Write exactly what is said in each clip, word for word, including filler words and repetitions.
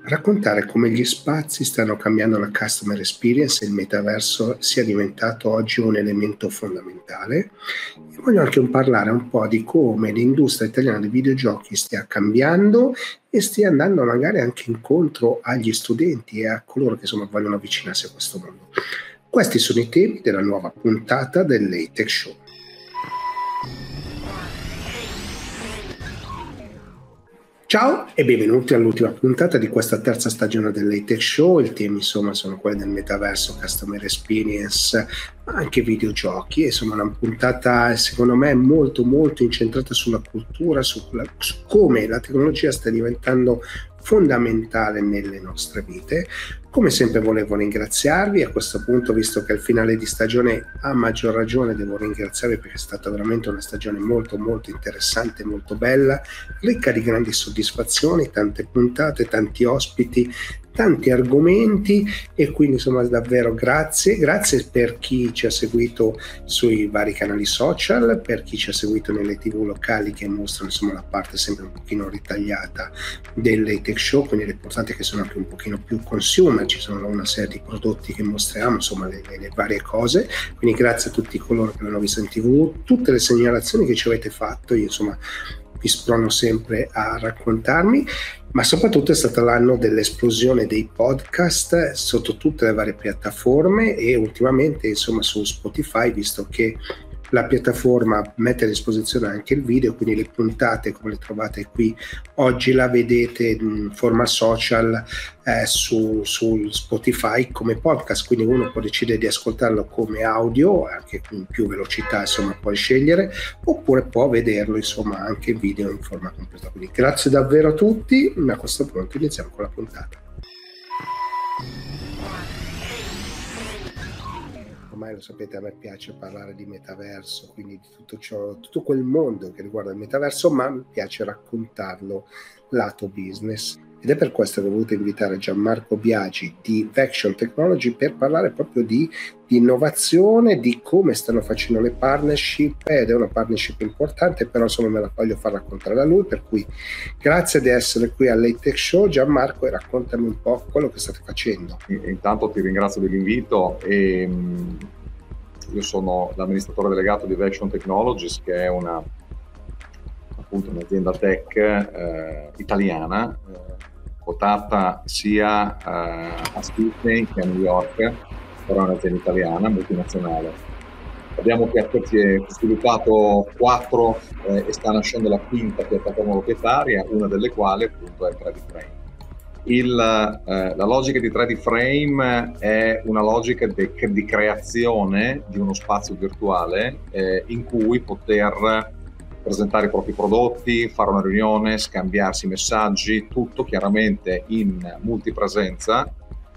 Raccontare come gli spazi stanno cambiando la customer experience e il metaverso sia diventato oggi un elemento fondamentale. E voglio anche un parlare un po' di come l'industria italiana dei videogiochi stia cambiando e stia andando magari anche incontro agli studenti e a coloro che insomma vogliono avvicinarsi a questo mondo. Questi sono i temi della nuova puntata del LATEX Show. Ciao e benvenuti all'ultima puntata di questa terza stagione del LATEX Show. I temi insomma sono quelli del metaverso, customer experience, ma anche videogiochi. Insomma una puntata secondo me molto molto incentrata sulla cultura, su, la, su come la tecnologia sta diventando fondamentale nelle nostre vite. Come sempre volevo ringraziarvi a questo punto, visto che al finale di stagione a maggior ragione devo ringraziarvi perché è stata veramente una stagione molto molto interessante, molto bella, ricca di grandi soddisfazioni, tante puntate, tanti ospiti, tanti argomenti e quindi insomma davvero grazie, grazie per chi ci ha seguito sui vari canali social, per chi ci ha seguito nelle tv locali che mostrano insomma la parte sempre un pochino ritagliata del LATEX Show, quindi le puntate che sono anche un pochino più consumer, ci sono una serie di prodotti che mostriamo, insomma le, le, le varie cose, quindi grazie a tutti coloro che l'hanno visto in tv, tutte le segnalazioni che ci avete fatto, io insomma vi sprono sempre a raccontarmi, ma soprattutto è stato l'anno dell'esplosione dei podcast sotto tutte le varie piattaforme e ultimamente insomma su Spotify, visto che la piattaforma mette a disposizione anche il video, quindi le puntate come le trovate qui oggi la vedete in forma social eh, su, su Spotify come podcast, quindi uno può decidere di ascoltarlo come audio anche con più velocità, insomma puoi scegliere, oppure può vederlo insomma anche in video in forma completa. Quindi grazie davvero a tutti, a questo punto iniziamo con la puntata. Ormai lo sapete, a me piace parlare di metaverso, quindi di tutto ciò, tutto quel mondo che riguarda il metaverso, ma mi piace raccontarlo lato business. Ed è per questo che ho voluto invitare Gianmarco Biagi di Vection Technology per parlare proprio di, di innovazione, di come stanno facendo le partnership, ed è una partnership importante, però insomma me la voglio far raccontare da lui, per cui grazie di essere qui al LATEX Show Gianmarco e raccontami un po' quello che state facendo. Intanto ti ringrazio dell'invito e io sono l'amministratore delegato di Vection Technologies, che è una appunto un'azienda tech eh, italiana eh, quotata sia eh, a Sydney che a New York, però è un'azienda italiana multinazionale. Abbiamo sviluppato quattro eh, e sta nascendo la quinta piattaforma proprietaria, una delle quali appunto è tre D Frame. Il, eh, la logica di tre D Frame è una logica de, di creazione di uno spazio virtuale eh, in cui poter presentare i propri prodotti, fare una riunione, scambiarsi messaggi, tutto chiaramente in multipresenza,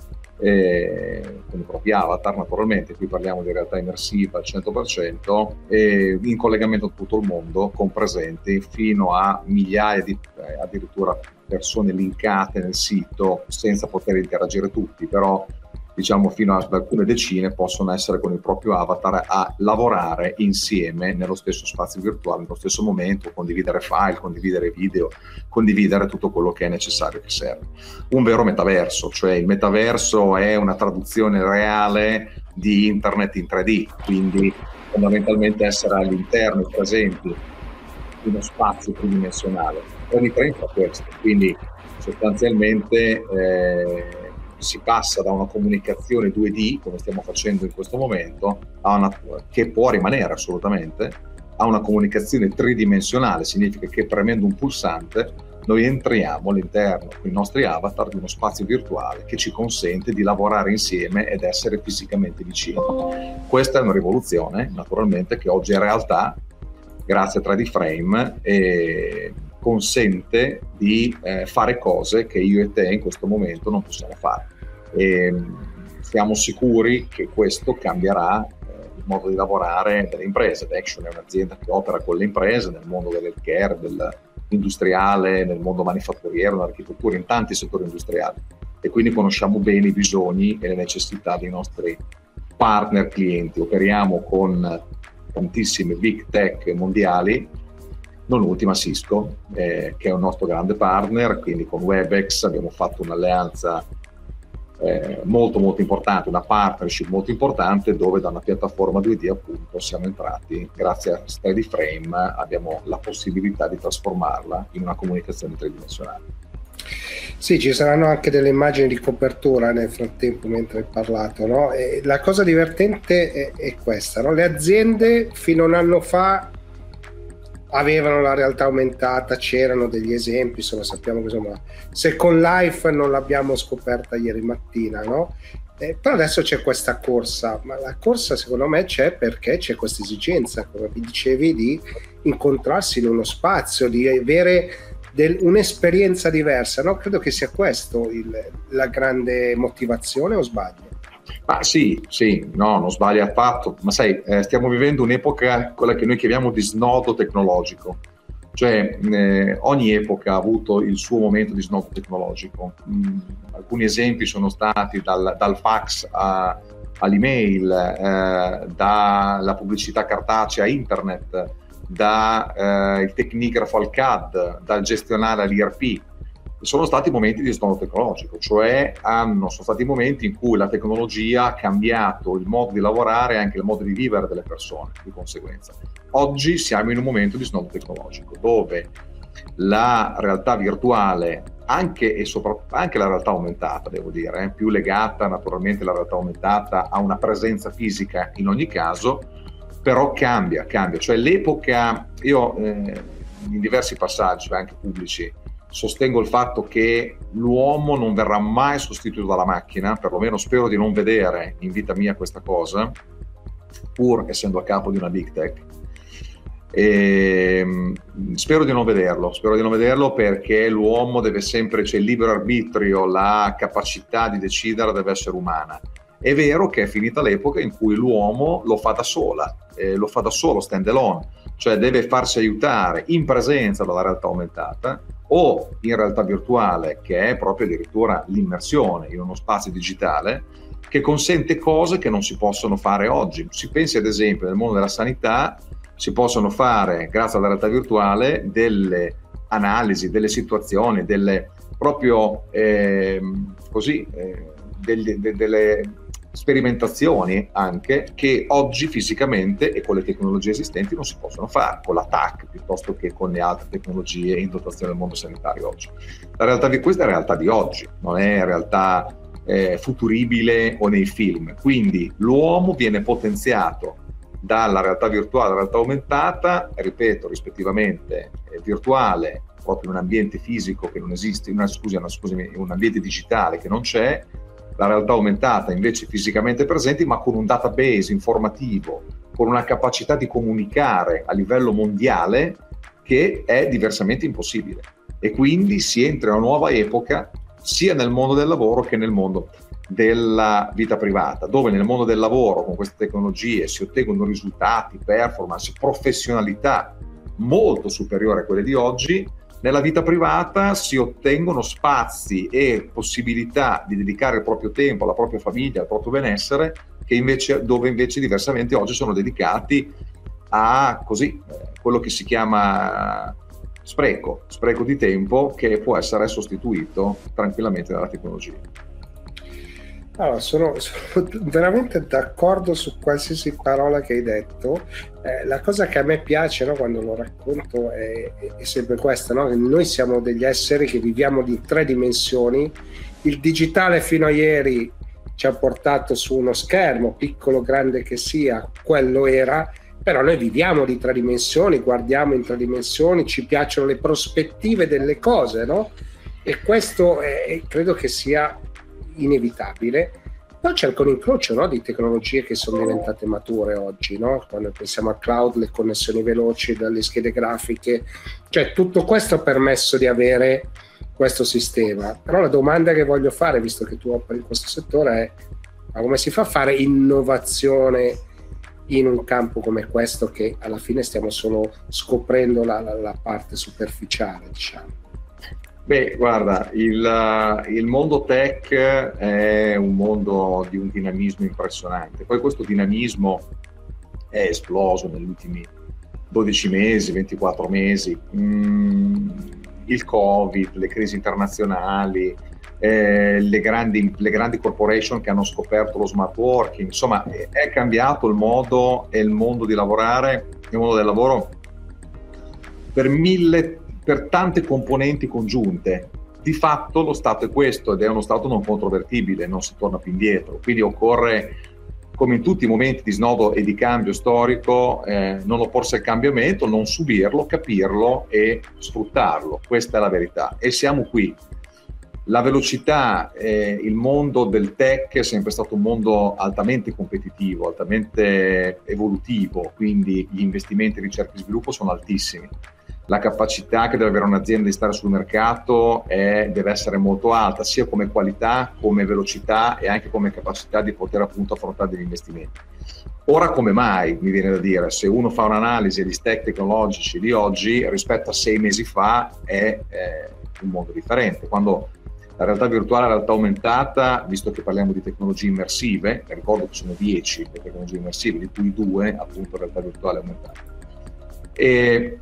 eh, con i propri avatar naturalmente, qui parliamo di realtà immersiva al cento per cento, eh, in collegamento con tutto il mondo, con presenti fino a migliaia di eh, addirittura persone linkate nel sito senza poter interagire tutti, però diciamo fino ad alcune decine possono essere con il proprio avatar a lavorare insieme nello stesso spazio virtuale, nello stesso momento, condividere file, condividere video, condividere tutto quello che è necessario, che serve. Un vero metaverso, cioè il metaverso è una traduzione reale di internet in tre D, quindi fondamentalmente essere all'interno, presenti in uno spazio tridimensionale. Ogni tre fa questo, quindi sostanzialmente eh, si passa da una comunicazione due D, come stiamo facendo in questo momento, a una, che può rimanere assolutamente, a una comunicazione tridimensionale. Significa che premendo un pulsante noi entriamo all'interno con i nostri avatar di uno spazio virtuale che ci consente di lavorare insieme ed essere fisicamente vicini. Questa è una rivoluzione, naturalmente, che oggi è realtà grazie a tre D Frame e consente di eh, fare cose che io e te in questo momento non possiamo fare. E siamo sicuri che questo cambierà eh, il modo di lavorare delle imprese. Vection è un'azienda che opera con le imprese nel mondo dell'healthcare, dell'industriale, nel mondo manifatturiero, nell'architettura, in tanti settori industriali, e quindi conosciamo bene i bisogni e le necessità dei nostri partner clienti. Operiamo con tantissime big tech mondiali Non ultima Cisco, eh, che è un nostro grande partner, quindi con Webex abbiamo fatto un'alleanza eh, molto molto importante, una partnership molto importante, dove da una piattaforma due D appunto siamo entrati, grazie a SteadyFrame abbiamo la possibilità di trasformarla in una comunicazione tridimensionale. Sì, ci saranno anche delle immagini di copertura nel frattempo mentre hai parlato, no? E la cosa divertente è, è questa, no? Le aziende fino a un anno fa avevano la realtà aumentata, c'erano degli esempi, insomma sappiamo che insomma Second Life non l'abbiamo scoperta ieri mattina, no? Eh, però adesso c'è questa corsa, ma la corsa secondo me c'è perché c'è questa esigenza, come vi dicevi, di incontrarsi in uno spazio, di avere del, un'esperienza diversa, no? Credo che sia questo il, la grande motivazione, o sbaglio? Ma sì, sì, no, non sbagli affatto, ma sai, eh, stiamo vivendo un'epoca, quella che noi chiamiamo di snodo tecnologico, cioè eh, ogni epoca ha avuto il suo momento di snodo tecnologico. Mm, alcuni esempi sono stati dal, dal fax a, all'email, eh, dalla pubblicità cartacea a internet, dal eh, tecnigrafo al C A D, dal gestionale all'I R P. Sono stati momenti di snodo tecnologico, cioè hanno, sono stati momenti in cui la tecnologia ha cambiato il modo di lavorare e anche il modo di vivere delle persone, di conseguenza. Oggi siamo in un momento di snodo tecnologico, dove la realtà virtuale, anche e soprattutto anche la realtà aumentata, devo dire, eh, più legata naturalmente la realtà aumentata a una presenza fisica in ogni caso, però cambia, cambia. Cioè l'epoca, io eh, in diversi passaggi, anche pubblici, sostengo il fatto che l'uomo non verrà mai sostituito dalla macchina, perlomeno spero di non vedere in vita mia questa cosa, pur essendo a capo di una big tech. E spero di non vederlo, spero di non vederlo perché l'uomo deve sempre, c'è il libero arbitrio, la capacità di decidere deve essere umana. È vero che è finita l'epoca in cui l'uomo lo fa da sola, eh, lo fa da solo, stand alone, cioè deve farsi aiutare in presenza dalla realtà aumentata o in realtà virtuale, che è proprio addirittura l'immersione in uno spazio digitale che consente cose che non si possono fare oggi. Si pensi ad esempio nel mondo della sanità, si possono fare grazie alla realtà virtuale delle analisi, delle situazioni, delle proprio eh, così eh, delle, de, delle sperimentazioni anche che oggi fisicamente e con le tecnologie esistenti non si possono fare, con la T A C piuttosto che con le altre tecnologie in dotazione del mondo sanitario oggi. La realtà di questa è la realtà di oggi, non è realtà eh, futuribile o nei film. Quindi l'uomo viene potenziato dalla realtà virtuale alla realtà aumentata, ripeto, rispettivamente eh, virtuale, proprio in un ambiente fisico che non esiste, una, scusi, una, scusami, un ambiente digitale che non c'è, la realtà aumentata invece fisicamente presenti, ma con un database informativo, con una capacità di comunicare a livello mondiale che è diversamente impossibile. E quindi si entra in una nuova epoca sia nel mondo del lavoro che nel mondo della vita privata, dove nel mondo del lavoro con queste tecnologie si ottengono risultati, performance, professionalità molto superiori a quelle di oggi. Nella vita privata si ottengono spazi e possibilità di dedicare il proprio tempo alla propria famiglia, al proprio benessere, che invece, dove invece diversamente oggi sono dedicati a così quello che si chiama spreco, spreco di tempo, che può essere sostituito tranquillamente dalla tecnologia. Allora, sono, sono veramente d'accordo su qualsiasi parola che hai detto. Eh, la cosa che a me piace, no, quando lo racconto è, è sempre questa, no? Noi siamo degli esseri che viviamo di tre dimensioni. Il digitale fino a ieri ci ha portato su uno schermo, piccolo o grande che sia, quello era, però noi viviamo di tre dimensioni, guardiamo in tre dimensioni, ci piacciono le prospettive delle cose, no? E questo è, credo che sia inevitabile. Poi c'è anche un incrocio, no, di tecnologie che sono diventate mature oggi, no? Quando pensiamo al cloud, le connessioni veloci dalle schede grafiche, cioè tutto questo ha permesso di avere questo sistema. Però la domanda che voglio fare, visto che tu operi in questo settore, è: ma come si fa a fare innovazione in un campo come questo, che alla fine stiamo solo scoprendo la, la, la parte superficiale, diciamo? Beh, guarda, il, il mondo tech è un mondo di un dinamismo impressionante. Poi questo dinamismo è esploso negli ultimi dodici mesi, ventiquattro mesi, mm, il Covid, le crisi internazionali, eh, le, grandi, le grandi corporation che hanno scoperto lo smart working, insomma è, è cambiato il modo e il mondo di lavorare, il mondo del lavoro per mille, per tante componenti congiunte. Di fatto lo stato è questo ed è uno stato non controvertibile, non si torna più indietro, quindi occorre, come in tutti i momenti di snodo e di cambio storico, eh, non opporsi al cambiamento, non subirlo, capirlo e sfruttarlo. Questa è la verità e siamo qui. La velocità, eh, il mondo del tech è sempre stato un mondo altamente competitivo, altamente evolutivo, quindi gli investimenti in ricerca e sviluppo sono altissimi. La capacità che deve avere un'azienda di stare sul mercato è, deve essere molto alta, sia come qualità, come velocità e anche come capacità di poter appunto affrontare degli investimenti. Ora come mai, mi viene da dire, se uno fa un'analisi degli stack tecnologici di oggi rispetto a sei mesi fa è, è un mondo differente. Quando la realtà virtuale e la realtà aumentata, visto che parliamo di tecnologie immersive, ricordo che sono dieci le tecnologie immersive, di cui due appunto realtà virtuale e aumentata. E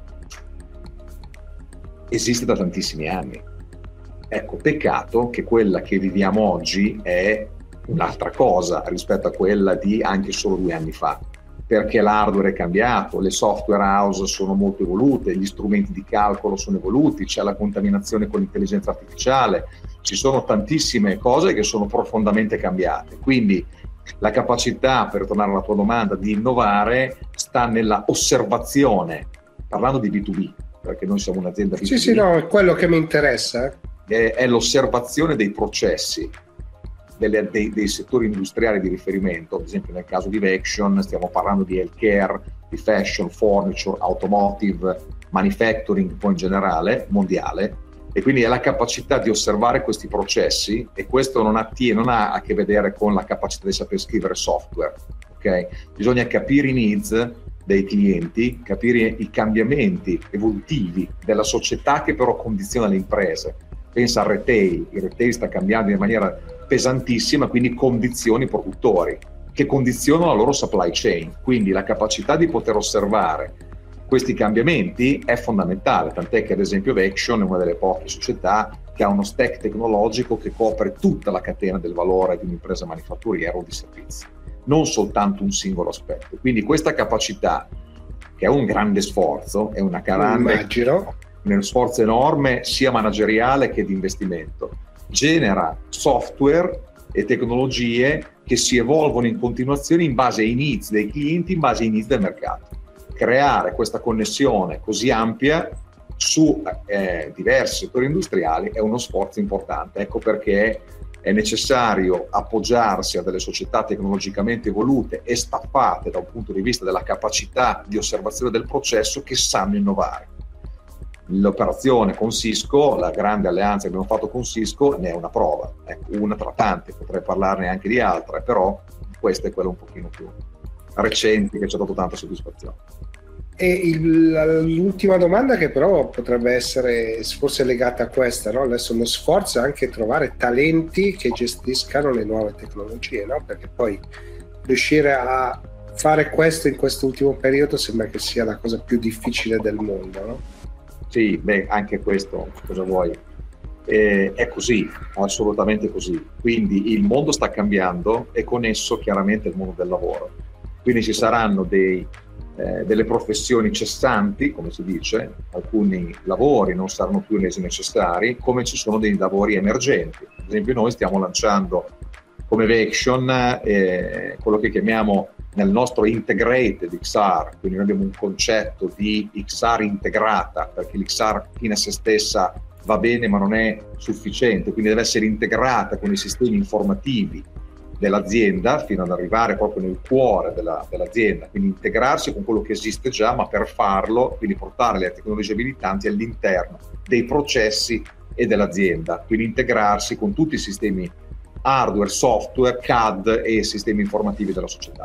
esiste da tantissimi anni. Ecco, peccato che quella che viviamo oggi è un'altra cosa rispetto a quella di anche solo due anni fa, perché l'hardware è cambiato, le software house sono molto evolute, gli strumenti di calcolo sono evoluti, c'è la contaminazione con l'intelligenza artificiale, ci sono tantissime cose che sono profondamente cambiate. Quindi la capacità, per tornare alla tua domanda, di innovare sta nella osservazione, parlando di B due B, perché noi siamo un'azienda B due B. Sì, sì, no, è quello che mi interessa. È, è l'osservazione dei processi, delle, dei, dei settori industriali di riferimento. Ad esempio nel caso di Vection stiamo parlando di healthcare, di fashion, furniture, automotive, manufacturing poi in generale, mondiale, e quindi è la capacità di osservare questi processi, e questo non ha, non ha a che vedere con la capacità di saper scrivere software, ok? Bisogna capire i needs dei clienti, capire i cambiamenti evolutivi della società che però condiziona le imprese. Pensa al retail, il retail sta cambiando in maniera pesantissima, quindi condiziona i produttori che condizionano la loro supply chain, quindi la capacità di poter osservare questi cambiamenti è fondamentale, tant'è che ad esempio Vection è una delle poche società che ha uno stack tecnologico che copre tutta la catena del valore di un'impresa manifatturiera o di servizi, non soltanto un singolo aspetto. Quindi questa capacità, che è un grande sforzo, è una grande, immagino, uno sforzo enorme sia manageriale che di investimento, genera software e tecnologie che si evolvono in continuazione in base ai needs dei clienti, in base ai needs del mercato. Creare questa connessione così ampia su eh, diversi settori industriali è uno sforzo importante. Ecco perché è necessario appoggiarsi a delle società tecnologicamente evolute e staffate da un punto di vista della capacità di osservazione del processo, che sanno innovare. L'operazione con Cisco, la grande alleanza che abbiamo fatto con Cisco, ne è una prova, ecco, una tra tante, potrei parlarne anche di altre, però questa è quella un pochino più recente che ci ha dato tanta soddisfazione. E il, l'ultima domanda, che però potrebbe essere forse legata a questa, no? Adesso uno sforzo è anche trovare talenti che gestiscano le nuove tecnologie, no? Perché poi riuscire a fare questo in quest'ultimo periodo sembra che sia la cosa più difficile del mondo, no? Sì, beh, anche questo, cosa vuoi? Eh, è così, assolutamente così. Quindi il mondo sta cambiando e con esso chiaramente il mondo del lavoro. Quindi ci saranno dei Eh, delle professioni cessanti, come si dice, alcuni lavori non saranno più resi necessari, come ci sono dei lavori emergenti. Ad esempio noi stiamo lanciando come Vection eh, quello che chiamiamo nel nostro integrated X R, quindi noi abbiamo un concetto di X R integrata, perché l'X R fine a se stessa va bene ma non è sufficiente, quindi deve essere integrata con i sistemi informativi dell'azienda fino ad arrivare proprio nel cuore della, dell'azienda, quindi integrarsi con quello che esiste già, ma per farlo, quindi portare le tecnologie abilitanti all'interno dei processi e dell'azienda, quindi integrarsi con tutti i sistemi hardware, software, C A D e sistemi informativi della società.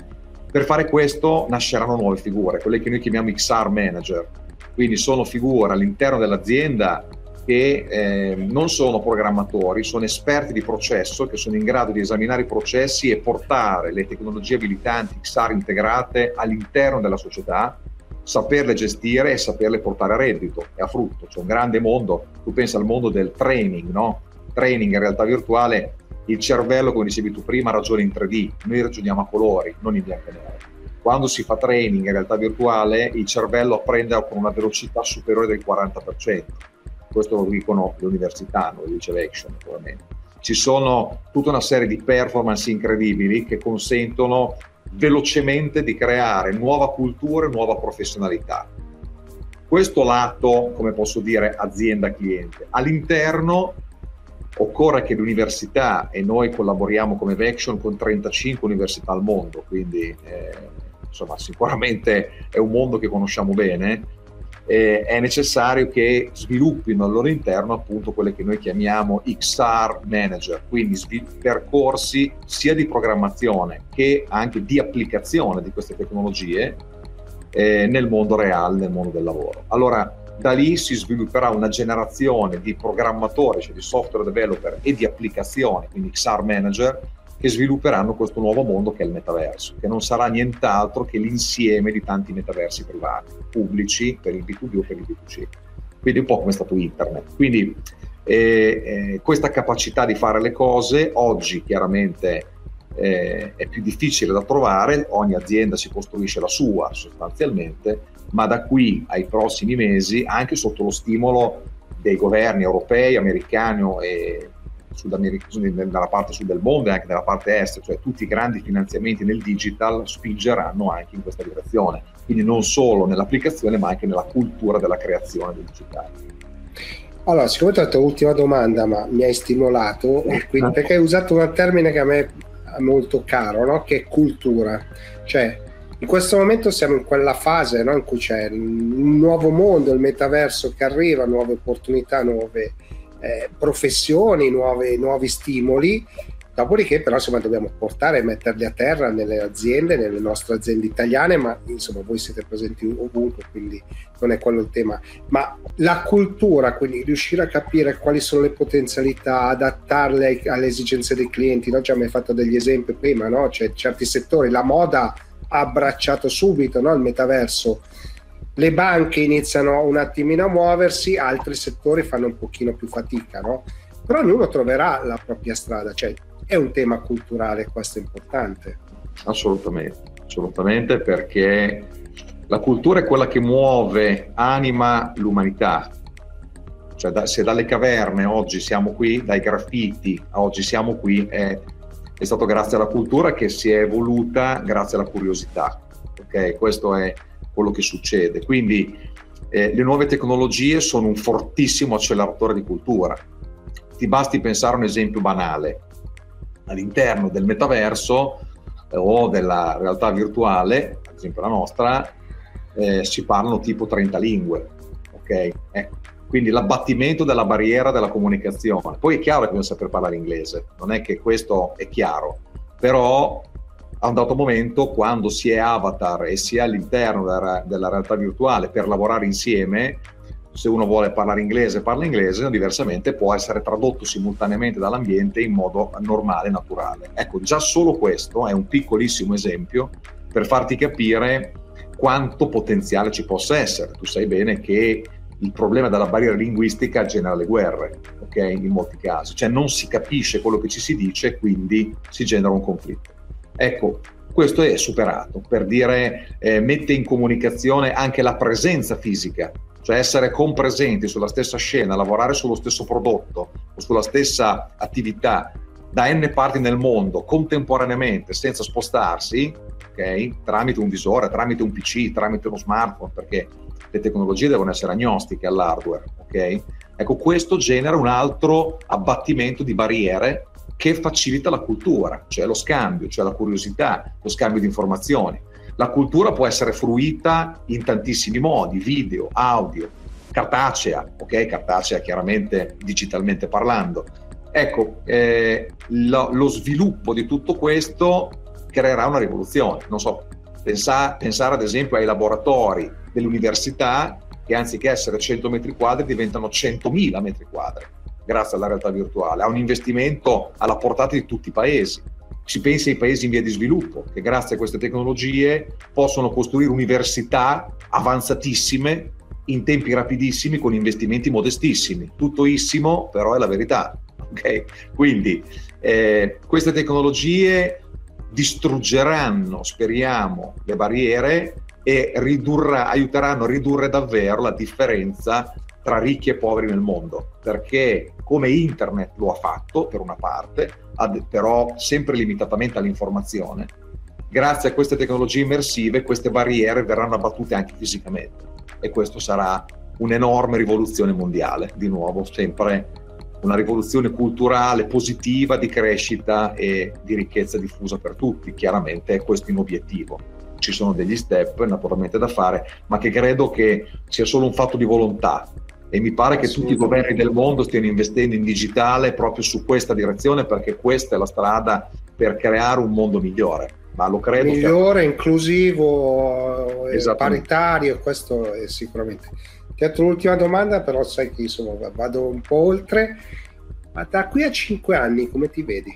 Per fare questo nasceranno nuove figure, quelle che noi chiamiamo X R manager, quindi sono figure all'interno dell'azienda che eh, non sono programmatori, sono esperti di processo, che sono in grado di esaminare i processi e portare le tecnologie abilitanti X R integrate all'interno della società saperle gestire e saperle portare a reddito e a frutto. C'è un grande mondo, tu pensa al mondo del training, no? Training in realtà virtuale, il cervello, come dicevi tu prima, ragiona in tre D, noi ragioniamo a colori, non in bianco e nero. Quando si fa training in realtà virtuale, il cervello apprende con una velocità superiore del quaranta per cento. Questo lo dicono le università, non lo dice l'Action, naturalmente. Ci sono tutta una serie di performance incredibili che consentono velocemente di creare nuova cultura e nuova professionalità. Questo lato, come posso dire, azienda-cliente. All'interno occorre che l'università, e noi collaboriamo come Vection con trentacinque università al mondo, quindi eh, insomma sicuramente è un mondo che conosciamo bene, eh, è necessario che sviluppino al loro interno appunto quelle che noi chiamiamo X R Manager, quindi svil- percorsi sia di programmazione che anche di applicazione di queste tecnologie eh, nel mondo reale, nel mondo del lavoro. Allora da lì si svilupperà una generazione di programmatori, cioè di software developer e di applicazioni, quindi X R Manager, che svilupperanno questo nuovo mondo che è il metaverso, che non sarà nient'altro che l'insieme di tanti metaversi privati, pubblici per il B due B o per il B due C. Quindi un po' come è stato internet. Quindi eh, eh, questa capacità di fare le cose oggi chiaramente eh, è più difficile da trovare, ogni azienda si costruisce la sua sostanzialmente, ma da qui ai prossimi mesi, anche sotto lo stimolo dei governi europei, americani e nella parte sud del mondo e anche nella parte est, cioè tutti i grandi finanziamenti nel digital spingeranno anche in questa direzione, quindi non solo nell'applicazione ma anche nella cultura della creazione del digitale. Allora, siccome ho fatto l'ultima domanda ma mi hai stimolato, quindi, perché hai usato un termine che a me è molto caro, no? Che è cultura, cioè in questo momento siamo in quella fase, no? In cui c'è un nuovo mondo, il metaverso che arriva, nuove opportunità, nuove Eh, professioni, nuove, nuovi stimoli, dopodiché però insomma dobbiamo portare e metterli a terra nelle aziende, nelle nostre aziende italiane, ma insomma voi siete presenti ovunque, quindi non è quello il tema, ma la cultura, quindi riuscire a capire quali sono le potenzialità, adattarle ai, alle esigenze dei clienti, no? Già mi hai fatto degli esempi prima, no? C'è certi settori, la moda ha abbracciato subito, no? Il metaverso. Le banche iniziano un attimino a muoversi, altri settori fanno un pochino più fatica, no? Però ognuno troverà la propria strada, cioè è un tema culturale, questo è importante. Assolutamente, assolutamente, perché la cultura è quella che muove, anima l'umanità. Cioè da, se dalle caverne oggi siamo qui, dai graffiti a oggi siamo qui, è, è stato grazie alla cultura che si è evoluta grazie alla curiosità. Ok, questo è quello che succede. Quindi eh, le nuove tecnologie sono un fortissimo acceleratore di cultura. Ti basti pensare a un esempio banale. All'interno del metaverso eh, o della realtà virtuale, ad esempio la nostra, eh, si parlano tipo trenta lingue. Ok? Ecco. Quindi l'abbattimento della barriera della comunicazione. Poi è chiaro che bisogna saper parlare inglese, non è che questo è chiaro, però a un dato momento, quando si è avatar e si è all'interno della, della realtà virtuale per lavorare insieme, se uno vuole parlare inglese parla inglese, diversamente può essere tradotto simultaneamente dall'ambiente in modo normale e naturale. Ecco, già solo questo è un piccolissimo esempio per farti capire quanto potenziale ci possa essere. Tu sai bene che il problema della barriera linguistica genera le guerre, ok? In molti casi, cioè non si capisce quello che ci si dice, quindi si genera un conflitto. Ecco, questo è superato, per dire eh, mette in comunicazione anche la presenza fisica, cioè essere compresenti sulla stessa scena, lavorare sullo stesso prodotto o sulla stessa attività da n parti nel mondo contemporaneamente senza spostarsi, ok? Tramite un visore, tramite un P C, tramite uno smartphone, perché le tecnologie devono essere agnostiche all'hardware, ok? Ecco, questo genera un altro abbattimento di barriere che facilita la cultura, cioè lo scambio, cioè la curiosità, lo scambio di informazioni. La cultura può essere fruita in tantissimi modi, video, audio, cartacea, ok? Cartacea chiaramente digitalmente parlando. Ecco, eh, lo, lo sviluppo di tutto questo creerà una rivoluzione. Non so, pensa, pensare ad esempio ai laboratori dell'università che anziché essere cento metri quadri diventano centomila metri quadri. Grazie alla realtà virtuale, ha un investimento alla portata di tutti i paesi, Si pensi ai paesi in via di sviluppo, che grazie a queste tecnologie possono costruire università avanzatissime in tempi rapidissimi con investimenti modestissimi. Tuttoissimo, però è la verità. Okay? Quindi eh, queste tecnologie distruggeranno, speriamo, le barriere e ridurrà, aiuteranno a ridurre davvero la differenza tra ricchi e poveri nel mondo, perché come internet lo ha fatto per una parte, ad, però sempre limitatamente all'informazione, grazie a queste tecnologie immersive queste barriere verranno abbattute anche fisicamente, e questo sarà un'enorme rivoluzione mondiale, di nuovo sempre una rivoluzione culturale positiva di crescita e di ricchezza diffusa per tutti. Chiaramente è questo un obiettivo. Ci sono degli step naturalmente da fare, ma che credo che sia solo un fatto di volontà, e mi pare che tutti i governi del mondo stiano investendo in digitale proprio su questa direzione, perché questa è la strada per creare un mondo migliore. Ma lo credo migliore, che... inclusivo, paritario, questo è sicuramente. Ti ho detto l'ultima domanda, però sai che insomma vado un po' oltre, ma da qui a cinque anni come ti vedi?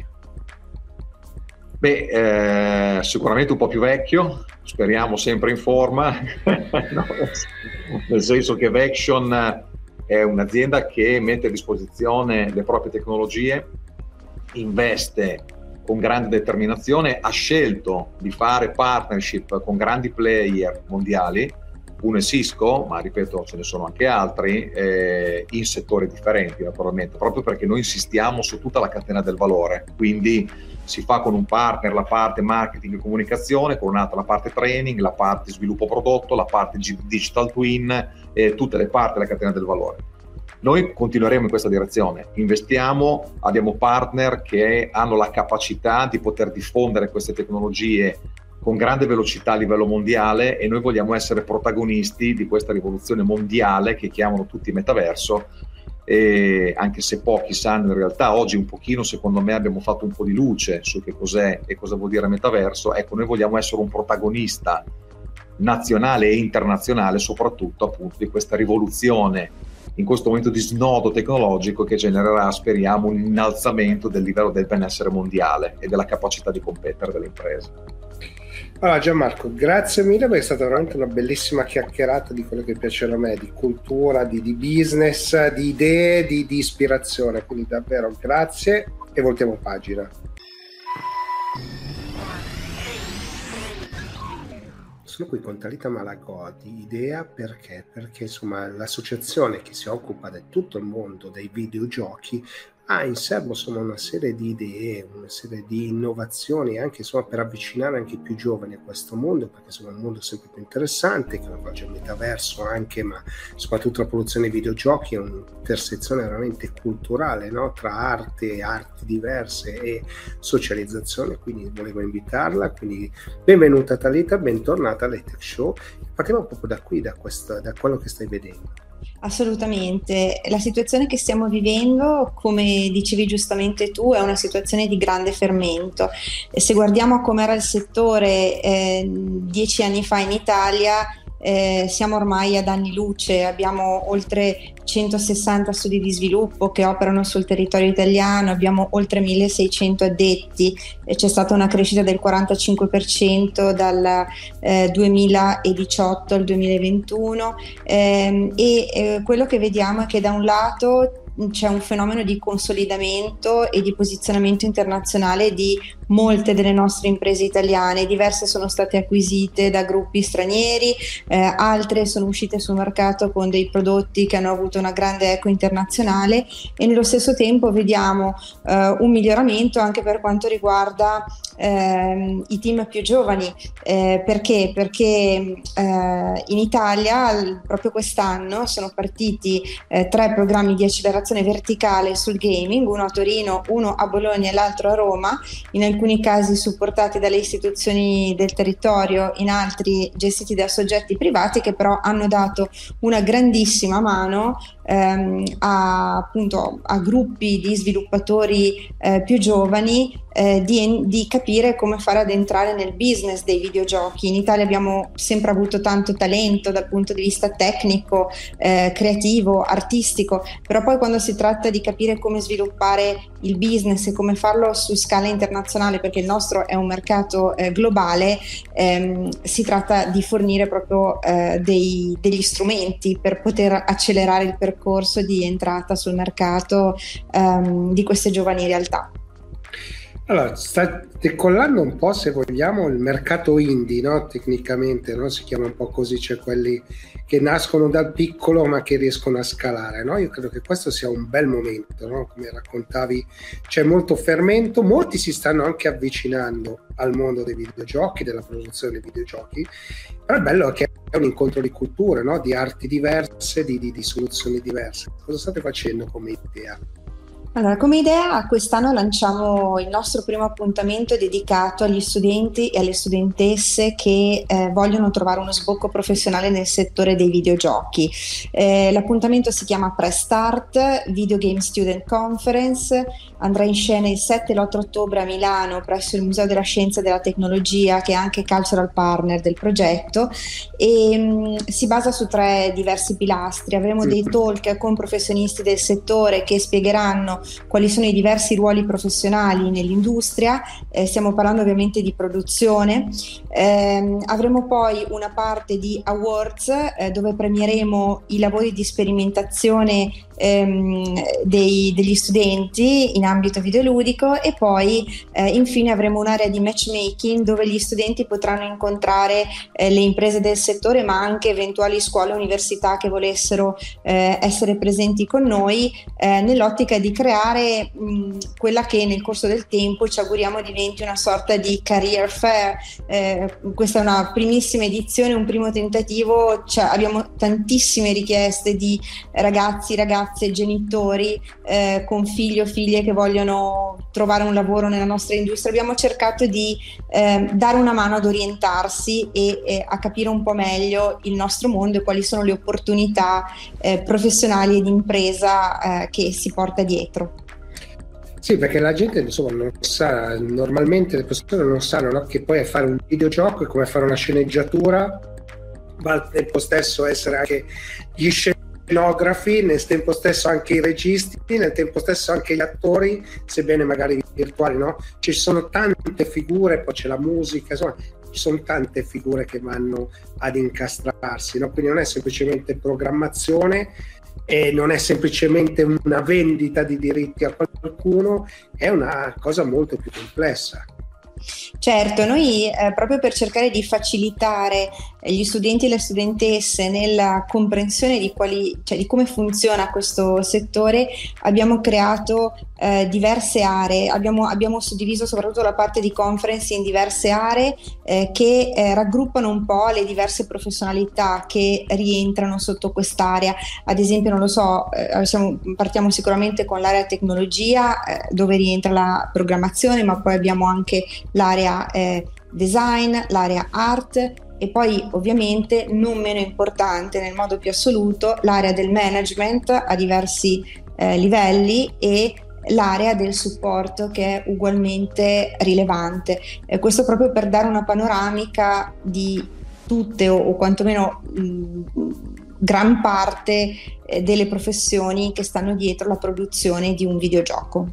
Beh, eh, sicuramente un po' più vecchio, speriamo sempre in forma, no, nel senso che Vection è un'azienda che mette a disposizione le proprie tecnologie, investe con grande determinazione, ha scelto di fare partnership con grandi player mondiali, uno è Cisco, ma ripeto ce ne sono anche altri, eh, in settori differenti naturalmente, proprio perché noi insistiamo su tutta la catena del valore, quindi si fa con un partner la parte marketing e comunicazione, con un'altra la parte training, la parte sviluppo prodotto, la parte digital twin, eh, tutte le parti della catena del valore. Noi continueremo in questa direzione, investiamo, abbiamo partner che hanno la capacità di poter diffondere queste tecnologie con grande velocità a livello mondiale, e noi vogliamo essere protagonisti di questa rivoluzione mondiale che chiamano tutti metaverso, e anche se pochi sanno in realtà, oggi un pochino secondo me abbiamo fatto un po' di luce su che cos'è e cosa vuol dire metaverso. Ecco, noi vogliamo essere un protagonista nazionale e internazionale soprattutto appunto di questa rivoluzione in questo momento di snodo tecnologico che genererà, speriamo, un innalzamento del livello del benessere mondiale e della capacità di competere delle imprese. Allora Gianmarco, grazie mille, perché è stata veramente una bellissima chiacchierata di quello che piace a me, di cultura, di, di business, di idee, di, di ispirazione, quindi davvero grazie e voltiamo pagina. Sono qui con Talita Malagò di Idea perché? Perché insomma l'associazione che si occupa di tutto il mondo dei videogiochi ha in serbo insomma una serie di idee, una serie di innovazioni anche insomma per avvicinare anche i più giovani a questo mondo, perché insomma è un mondo sempre più interessante che coinvolge il metaverso anche, ma soprattutto la produzione dei videogiochi è un'intersezione veramente culturale, no? Tra arte, arti diverse e socializzazione, quindi volevo invitarla, quindi benvenuta Talita, bentornata all'E-Tech Show. Partiamo proprio da qui, da, questo, da quello che stai vedendo. Assolutamente, la situazione che stiamo vivendo, come dicevi giustamente tu, è una situazione di grande fermento. E se guardiamo com'era il settore eh, dieci anni fa in Italia, eh, siamo ormai ad anni luce, abbiamo oltre centosessanta studi di sviluppo che operano sul territorio italiano, abbiamo oltre milleseicento addetti, e c'è stata una crescita del quarantacinque per cento dal eh, duemiladiciotto al duemilaventuno, ehm, e eh, quello che vediamo è che da un lato c'è un fenomeno di consolidamento e di posizionamento internazionale di molte delle nostre imprese italiane. Diverse sono state acquisite da gruppi stranieri, eh, altre sono uscite sul mercato con dei prodotti che hanno avuto una grande eco internazionale, e nello stesso tempo vediamo eh, un miglioramento anche per quanto riguarda eh, i team più giovani. Eh, perché? Perché eh, in Italia proprio quest'anno sono partiti eh, tre programmi di accelerazione verticale sul gaming, uno a Torino, uno a Bologna e l'altro a Roma, in alcuni casi supportati dalle istituzioni del territorio, in altri gestiti da soggetti privati, che però hanno dato una grandissima mano ehm, a, appunto, a gruppi di sviluppatori eh, più giovani eh, di, di capire come fare ad entrare nel business dei videogiochi. In Italia abbiamo sempre avuto tanto talento dal punto di vista tecnico, eh, creativo, artistico, però poi quando quando si tratta di capire come sviluppare il business e come farlo su scala internazionale, perché il nostro è un mercato eh, globale, ehm, si tratta di fornire proprio eh, dei, degli strumenti per poter accelerare il percorso di entrata sul mercato ehm, di queste giovani realtà. Allora, sta decollando un po', se vogliamo, il mercato indie, no? Tecnicamente, no? Si chiama un po' così, cioè quelli che nascono dal piccolo ma che riescono a scalare, no? Io credo che questo sia un bel momento, no? Come raccontavi, c'è molto fermento, molti si stanno anche avvicinando al mondo dei videogiochi, della produzione dei videogiochi, però è bello che è un incontro di culture, no? Di arti diverse, di, di, di soluzioni diverse. Cosa state facendo come idea? Allora, come idea, quest'anno lanciamo il nostro primo appuntamento dedicato agli studenti e alle studentesse che eh, vogliono trovare uno sbocco professionale nel settore dei videogiochi. Eh, l'appuntamento si chiama Pre-Start Video Game Student Conference, andrà in scena il sette e l'otto ottobre a Milano presso il Museo della Scienza e della Tecnologia, che è anche cultural partner del progetto, e mh, si basa su tre diversi pilastri. Avremo dei talk con professionisti del settore che spiegheranno quali sono i diversi ruoli professionali nell'industria, eh, stiamo parlando ovviamente di produzione. Eh, avremo poi una parte di awards eh, dove premieremo i lavori di sperimentazione ehm, dei, degli studenti in ambito videoludico, e poi eh, infine avremo un'area di matchmaking dove gli studenti potranno incontrare eh, le imprese del settore, ma anche eventuali scuole e università che volessero eh, essere presenti con noi eh, nell'ottica di creare mh, quella che nel corso del tempo ci auguriamo diventi una sorta di career fair. Eh, questa è una primissima edizione, un primo tentativo, cioè abbiamo tantissime richieste di ragazzi, ragazze, genitori eh, con figli o figlie che vogliono trovare un lavoro nella nostra industria. Abbiamo cercato di eh, dare una mano ad orientarsi e, e a capire un po' meglio il nostro mondo e quali sono le opportunità eh, professionali e di impresa eh, che si porta dietro. Sì, perché la gente insomma non sa, normalmente le persone non sanno, no? Che poi fare un videogioco è come fare una sceneggiatura, ma al tempo stesso essere anche gli scenografi, nel tempo stesso anche i registi, nel tempo stesso anche gli attori, sebbene magari virtuali, no? Ci sono tante figure, poi c'è la musica, insomma ci sono tante figure che vanno ad incastrarsi, no? Quindi non è semplicemente programmazione, e non è semplicemente una vendita di diritti a qualcuno, è una cosa molto più complessa. Certo, noi eh, proprio per cercare di facilitare gli studenti e le studentesse nella comprensione di quali, cioè di come funziona questo settore, abbiamo creato eh, diverse aree, abbiamo, abbiamo suddiviso soprattutto la parte di conference in diverse aree eh, che eh, raggruppano un po' le diverse professionalità che rientrano sotto quest'area. Ad esempio, non lo so, eh, siamo, partiamo sicuramente con l'area tecnologia eh, dove rientra la programmazione, ma poi abbiamo anche l'area eh, design, l'area art, e poi ovviamente non meno importante nel modo più assoluto l'area del management a diversi eh, livelli e l'area del supporto, che è ugualmente rilevante. Eh, questo proprio per dare una panoramica di tutte o, o quantomeno mh, gran parte eh, delle professioni che stanno dietro la produzione di un videogioco.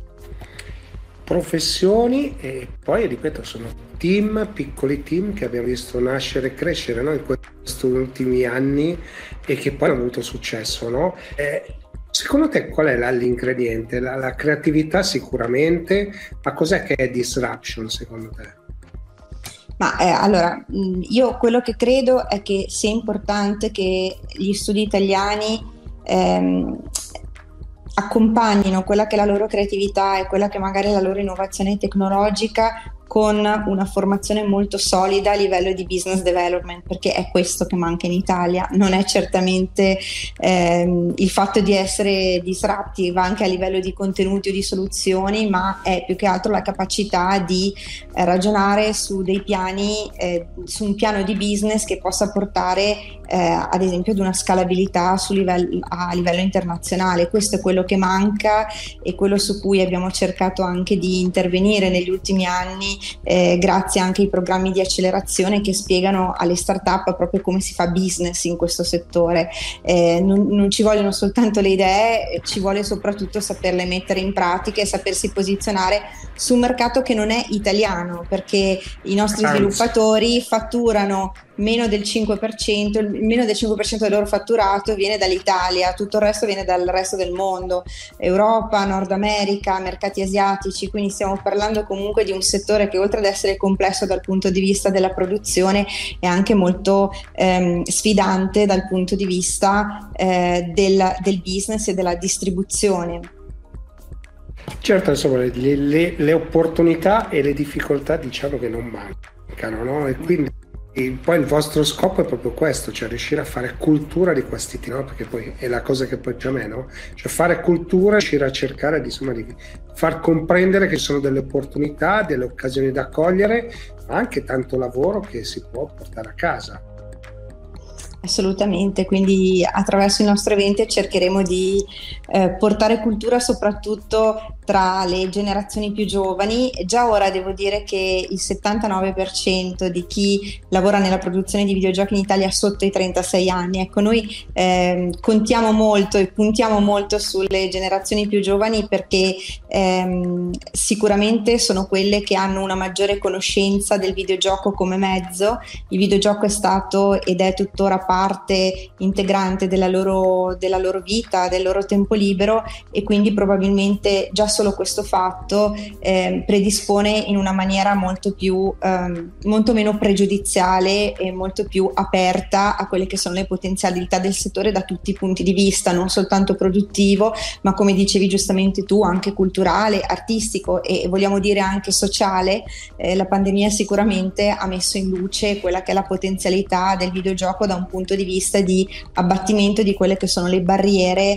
Professioni, e poi ripeto sono team, piccoli team che abbiamo visto nascere e crescere, no? In questi ultimi anni, e che poi hanno avuto successo, no? Eh, secondo te qual è la, l'ingrediente? La, la creatività sicuramente, ma cos'è che è disruption secondo te? Ma eh, allora, io quello che credo è che sia importante che gli studi italiani ehm, accompagnino quella che è la loro creatività e quella che magari è la loro innovazione tecnologica con una formazione molto solida a livello di business development, perché è questo che manca in Italia. Non è certamente ehm, il fatto di essere disruptive anche a livello di contenuti o di soluzioni, ma è più che altro la capacità di eh, ragionare su dei piani, eh, su un piano di business che possa portare eh, ad esempio ad una scalabilità su livello, a livello internazionale. Questo è quello che manca e quello su cui abbiamo cercato anche di intervenire negli ultimi anni anni, eh, grazie anche ai programmi di accelerazione che spiegano alle start-up proprio come si fa business in questo settore. Eh, non, non ci vogliono soltanto le idee, ci vuole soprattutto saperle mettere in pratica e sapersi posizionare su un mercato che non è italiano, perché i nostri Anzi. sviluppatori fatturano meno del cinque per cento, il meno del cinque per cento del loro fatturato viene dall'Italia, tutto il resto viene dal resto del mondo, Europa, Nord America, mercati asiatici, quindi stiamo parlando comunque di un settore che, oltre ad essere complesso dal punto di vista della produzione, è anche molto ehm, sfidante dal punto di vista eh, del, del business e della distribuzione. Certo, insomma, le, le, le opportunità e le difficoltà diciamo che non mancano, no? E quindi e poi il vostro scopo è proprio questo, cioè riuscire a fare cultura di questi temi, no? Perché poi è la cosa che poi più a me, no? Cioè fare cultura, riuscire a cercare di, insomma, di far comprendere che ci sono delle opportunità, delle occasioni da cogliere, ma anche tanto lavoro che si può portare a casa. Assolutamente, quindi attraverso i nostri eventi cercheremo di eh, portare cultura soprattutto tra le generazioni più giovani. Già ora devo dire che il settantanove per cento di chi lavora nella produzione di videogiochi in Italia è sotto i trentasei anni. Ecco, noi eh, contiamo molto e puntiamo molto sulle generazioni più giovani perché ehm, sicuramente sono quelle che hanno una maggiore conoscenza del videogioco come mezzo. Il videogioco è stato ed è tuttora parte integrante della loro, della loro vita, del loro tempo libero, e quindi probabilmente già solo questo fatto eh, predispone in una maniera molto più eh, molto meno pregiudiziale e molto più aperta a quelle che sono le potenzialità del settore da tutti i punti di vista, non soltanto produttivo, ma come dicevi giustamente tu, anche culturale, artistico e vogliamo dire anche sociale. Eh, la pandemia sicuramente ha messo in luce quella che è la potenzialità del videogioco da un punto di vista di abbattimento di quelle che sono le barriere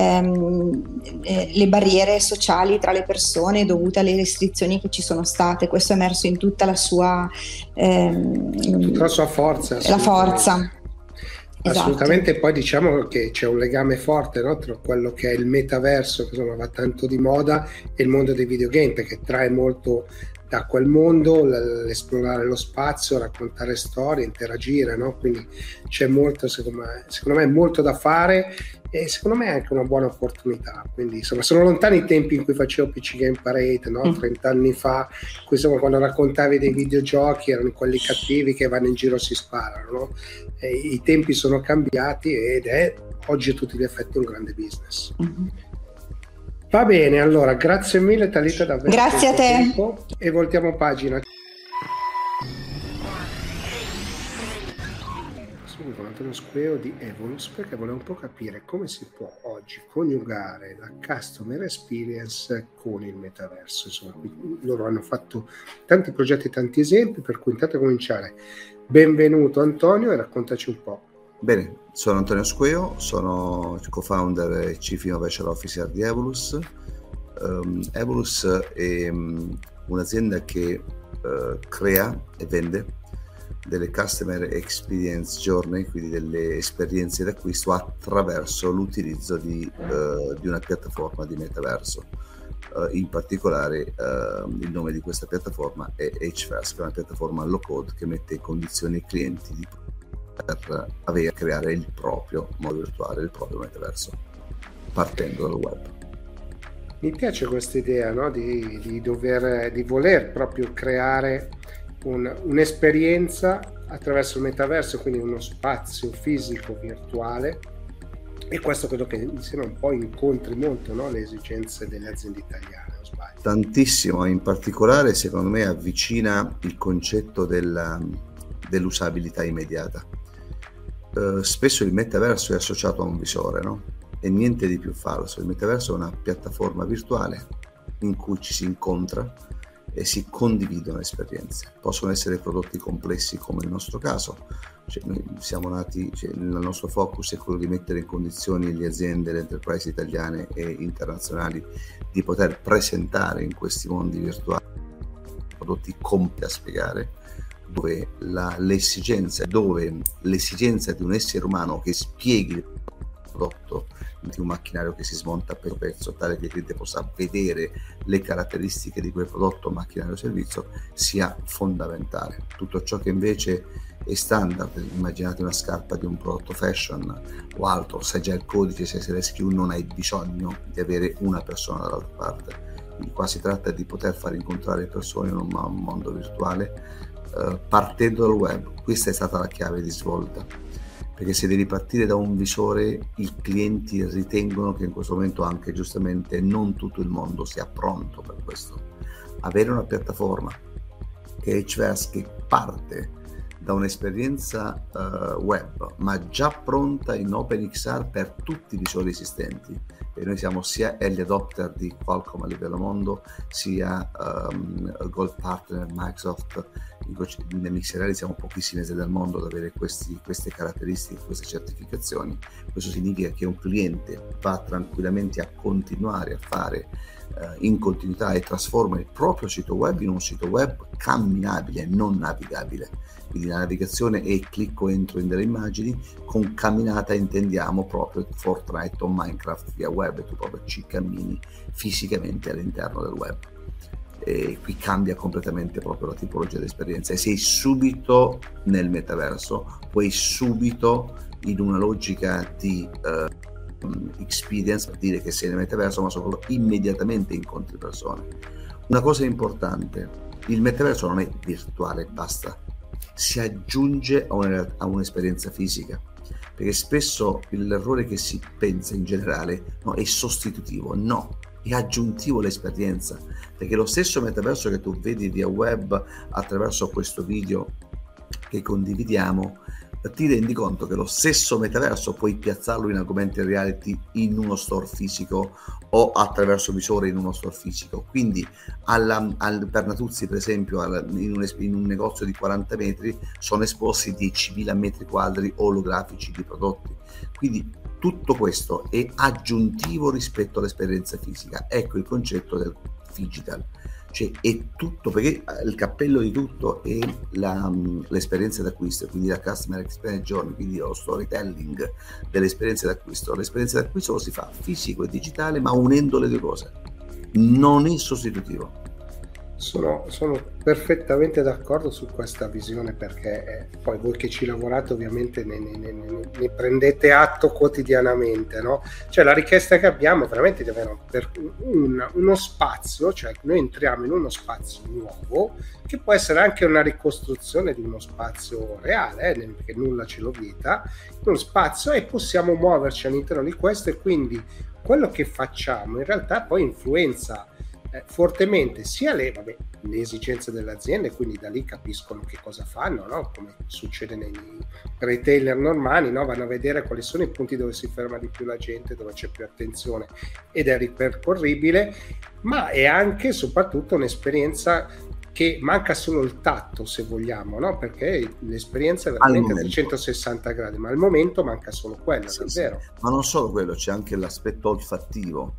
ehm, eh, le barriere sociali tra le persone dovute alle restrizioni che ci sono state. Questo è emerso in tutta la sua ehm, tutta la sua forza, la forza. Assolutamente. Esatto. Poi diciamo che c'è un legame forte, no, tra quello che è il metaverso, che insomma va tanto di moda, e il mondo dei videogame, perché trae molto da quel mondo, l'esplorare lo spazio, raccontare storie, interagire, no? Quindi c'è molto, secondo me, secondo me molto da fare, e secondo me è anche una buona opportunità. Quindi insomma sono lontani i tempi in cui facevo P C Game Parade, no? Mm. trenta anni fa, cui, insomma, quando raccontavi dei videogiochi erano quelli cattivi che vanno in giro e si sparano, no? E i tempi sono cambiati ed è oggi a tutti gli effetti un grande business. Mm-hmm. Va bene, allora grazie mille Talita, davvero. Grazie a te. Tempo, e voltiamo pagina. Sono con Antonio Squeo di Evolus, perché volevo un po' capire come si può oggi coniugare la customer experience con il metaverso. Insomma, loro hanno fatto tanti progetti, tanti esempi, per cui intanto cominciare. Benvenuto Antonio e raccontaci un po'. Bene, sono Antonio Squeo, sono co-founder e Chief Innovation Officer di Evolus. Um, Evolus è um, un'azienda che uh, crea e vende delle Customer Experience Journey, quindi delle esperienze d'acquisto attraverso l'utilizzo di, uh, di una piattaforma di metaverso. Uh, in particolare uh, il nome di questa piattaforma è HFirst, che è una piattaforma low code che mette in condizione i clienti di per avere, creare il proprio mondo virtuale, il proprio metaverso, partendo dal web. Mi piace questa idea, no? di, di dover, di voler proprio creare un, un'esperienza attraverso il metaverso, quindi uno spazio fisico virtuale, e questo credo che insieme un po' incontri molto, no? le esigenze delle aziende italiane, o sbaglio? Tantissimo, in particolare secondo me avvicina il concetto della, dell'usabilità immediata. Uh, spesso il metaverso è associato a un visore, no? E niente di più falso. Il metaverso è una piattaforma virtuale in cui ci si incontra e si condividono esperienze. Possono essere prodotti complessi come nel nostro caso. Cioè, noi siamo nati, cioè, il nostro focus è quello di mettere in condizioni le aziende, le enterprise italiane e internazionali di poter presentare in questi mondi virtuali prodotti complessi da spiegare, dove la, l'esigenza dove l'esigenza di un essere umano che spieghi il prodotto di un macchinario che si smonta per pezzo, tale che il cliente possa vedere le caratteristiche di quel prodotto, macchinario o servizio, sia fondamentale. Tutto ciò che invece è standard, immaginate una scarpa di un prodotto fashion o altro, sai già il codice, sai se le S K U, non hai bisogno di avere una persona dall'altra parte. Quindi qua si tratta di poter far incontrare persone in un mondo virtuale eh, partendo dal web. Questa è stata la chiave di svolta, perché se devi partire da un visore, i clienti ritengono che in questo momento anche giustamente non tutto il mondo sia pronto per questo. Avere una piattaforma che è Hverse, che parte da un'esperienza uh, web ma già pronta in OpenXR per tutti i visori esistenti, e noi siamo sia early adopter di Qualcomm a livello mondo, sia um, Gold Partner Microsoft. In M X R L siamo pochissimi del mondo ad avere questi, queste caratteristiche, queste certificazioni. Questo significa che un cliente va tranquillamente a continuare a fare uh, in continuità e trasforma il proprio sito web in un sito web camminabile, non navigabile. Quindi la navigazione è clicco, entro in delle immagini, con camminata intendiamo proprio Fortnite o Minecraft via web, e tu proprio ci cammini fisicamente all'interno del web. E qui cambia completamente proprio la tipologia di esperienza, e sei subito nel metaverso, poi subito in una logica di uh, experience, per dire che sei nel metaverso, ma soprattutto immediatamente incontri persone. Una cosa importante, il metaverso non è virtuale, basta, si aggiunge a, una, a un'esperienza fisica, perché spesso l'errore che si pensa in generale, no, è sostitutivo. No, è aggiuntivo l'esperienza, perché lo stesso metaverso che tu vedi via web attraverso questo video che condividiamo, ti rendi conto che lo stesso metaverso puoi piazzarlo in augmented reality in uno store fisico o attraverso visore in uno store fisico. Quindi alla, al, per Natuzzi per esempio al, in, un, in un negozio di quaranta metri sono esposti diecimila metri quadri olografici di prodotti. Quindi tutto questo è aggiuntivo rispetto all'esperienza fisica. Ecco il concetto del digital, cioè è tutto, perché il cappello di tutto è la, l'esperienza d'acquisto, quindi la customer experience journey, quindi lo storytelling dell'esperienza d'acquisto. L'esperienza d'acquisto lo si fa fisico e digitale, ma unendo le due cose, non è sostitutivo. Sono, sono perfettamente d'accordo su questa visione, perché eh, poi voi che ci lavorate ovviamente ne, ne, ne, ne prendete atto quotidianamente, no? Cioè la richiesta che abbiamo veramente di avere per un, uno spazio, cioè noi entriamo in uno spazio nuovo che può essere anche una ricostruzione di uno spazio reale, eh, perché nulla ce lo vieta, uno spazio, e possiamo muoverci all'interno di questo, e quindi quello che facciamo in realtà poi influenza Eh, fortemente sia le, vabbè, le esigenze delle aziende, quindi da lì capiscono che cosa fanno, no? Come succede nei retailer normali, no? Vanno a vedere quali sono i punti dove si ferma di più la gente, dove c'è più attenzione ed è ripercorribile, ma è anche e soprattutto un'esperienza che manca solo il tatto, se vogliamo, no? Perché l'esperienza è veramente a trecentosessanta gradi, ma al momento manca solo quello, sì, davvero. Sì. Ma non solo quello, c'è anche l'aspetto olfattivo,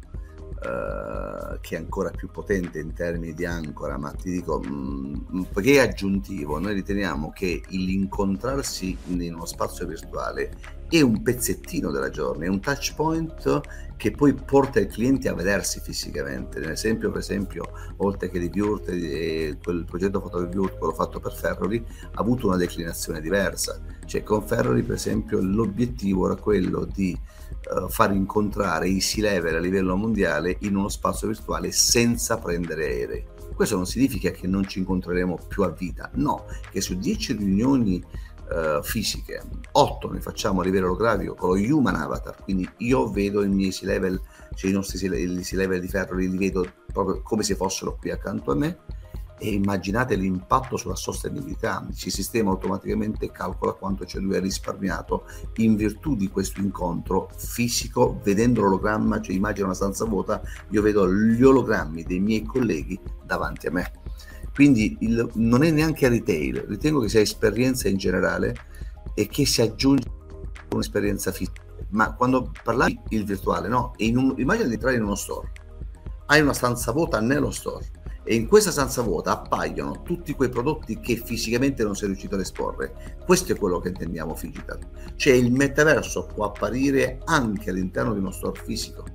Uh, che è ancora più potente in termini di ancora, ma ti dico, mh, perché è aggiuntivo. Noi riteniamo che l'incontrarsi in uno spazio virtuale è un pezzettino della giornata, è un touch point che poi porta i clienti a vedersi fisicamente. Nell'esempio, per esempio, oltre che di Viurt, eh, quel progetto fatto di Viurt, quello fatto per Ferrari, ha avuto una declinazione diversa. Cioè con Ferrari, per esempio, l'obiettivo era quello di Uh, far incontrare i C-level a livello mondiale in uno spazio virtuale senza prendere aerei. Questo non significa che non ci incontreremo più a vita, no, che su dieci riunioni uh, fisiche, otto ne facciamo a livello olografico con lo Human Avatar, quindi io vedo i miei C-level, cioè i nostri C-level di Ferrari, li vedo proprio come se fossero qui accanto a me. E immaginate l'impatto sulla sostenibilità. Il sistema automaticamente calcola quanto C O due è risparmiato in virtù di questo incontro fisico, vedendo l'ologramma, cioè immagina una stanza vuota, io vedo gli ologrammi dei miei colleghi davanti a me. Quindi il, non è neanche retail, ritengo che sia esperienza in generale e che si aggiunge un'esperienza fisica. Ma quando parlavi il virtuale, no? In un, immagina di entrare in uno store, hai una stanza vuota nello store e in questa stanza vuota appaiono tutti quei prodotti che fisicamente non sei riuscito ad esporre. Questo è quello che intendiamo Phygital, cioè il metaverso può apparire anche all'interno di uno store fisico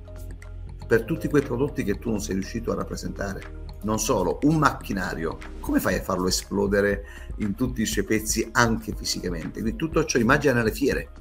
per tutti quei prodotti che tu non sei riuscito a rappresentare. Non solo, un macchinario, come fai a farlo esplodere in tutti i suoi pezzi anche fisicamente? Quindi tutto ciò immagina nelle fiere.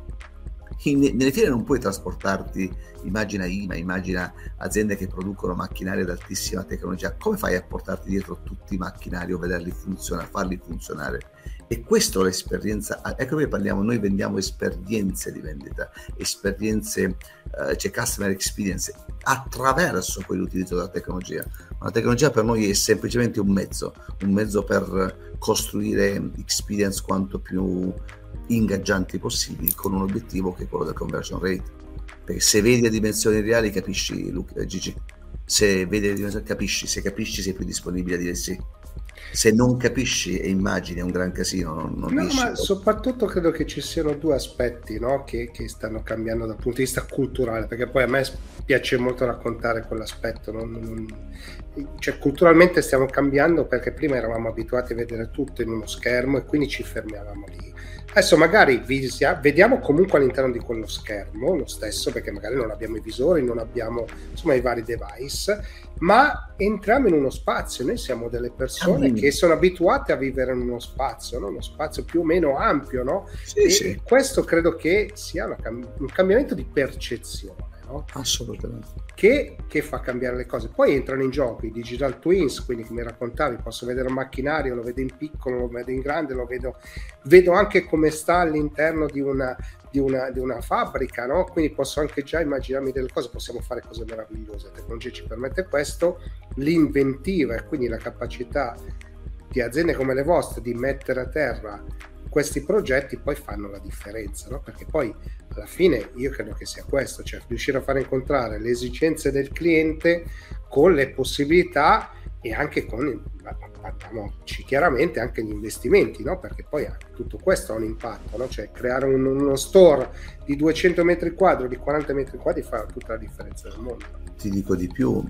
In, nelle fiere non puoi trasportarti, immagina I M A, immagina aziende che producono macchinari ad altissima tecnologia, come fai a portarti dietro tutti i macchinari o vederli funzionare, farli funzionare? E questa è l'esperienza, ecco che parliamo, noi vendiamo esperienze di vendita, esperienze, eh, c'è customer experience attraverso quell'utilizzo della tecnologia. Ma la tecnologia per noi è semplicemente un mezzo, un mezzo per costruire experience quanto più ingaggianti possibili, con un obiettivo che è quello del conversion rate. Perché se vedi a dimensioni reali capisci, Luca, Gigi, se vedi a dimensioni capisci, se capisci sei più disponibile a dire sì. Se non capisci e immagini è un gran casino. Non, non no, riesci, ma o... soprattutto credo che ci siano due aspetti, no? che, che stanno cambiando dal punto di vista culturale, perché poi a me piace molto raccontare quell'aspetto, non, non... cioè culturalmente stiamo cambiando, perché prima eravamo abituati a vedere tutto in uno schermo e quindi ci fermavamo lì. Adesso magari vediamo comunque all'interno di quello schermo lo stesso, perché magari non abbiamo i visori, non abbiamo insomma i vari device, ma entriamo in uno spazio. Noi siamo delle persone che sono abituate a vivere in uno spazio, no? Uno spazio più o meno ampio, no? Sì, e sì. questo credo che sia una cam- un cambiamento di percezione, no? Assolutamente. Che, che fa cambiare le cose. Poi entrano in gioco i digital twins, quindi come raccontavi, posso vedere un macchinario, lo vedo in piccolo, lo vedo in grande, lo vedo, vedo anche come sta all'interno di una, di una, di una fabbrica, no? Quindi posso anche già immaginarmi delle cose, possiamo fare cose meravigliose. La tecnologia ci permette questo, l'inventiva e quindi la capacità di aziende come le vostre di mettere a terra questi progetti poi fanno la differenza, no? Perché poi alla fine io credo che sia questo, cioè riuscire a far incontrare le esigenze del cliente con le possibilità e anche con, parliamoci chiaramente, anche gli investimenti, no? Perché poi tutto questo ha un impatto, no? Cioè creare un, uno store di duecento metri quadri o di quaranta metri quadri fa tutta la differenza del mondo. Ti dico di più,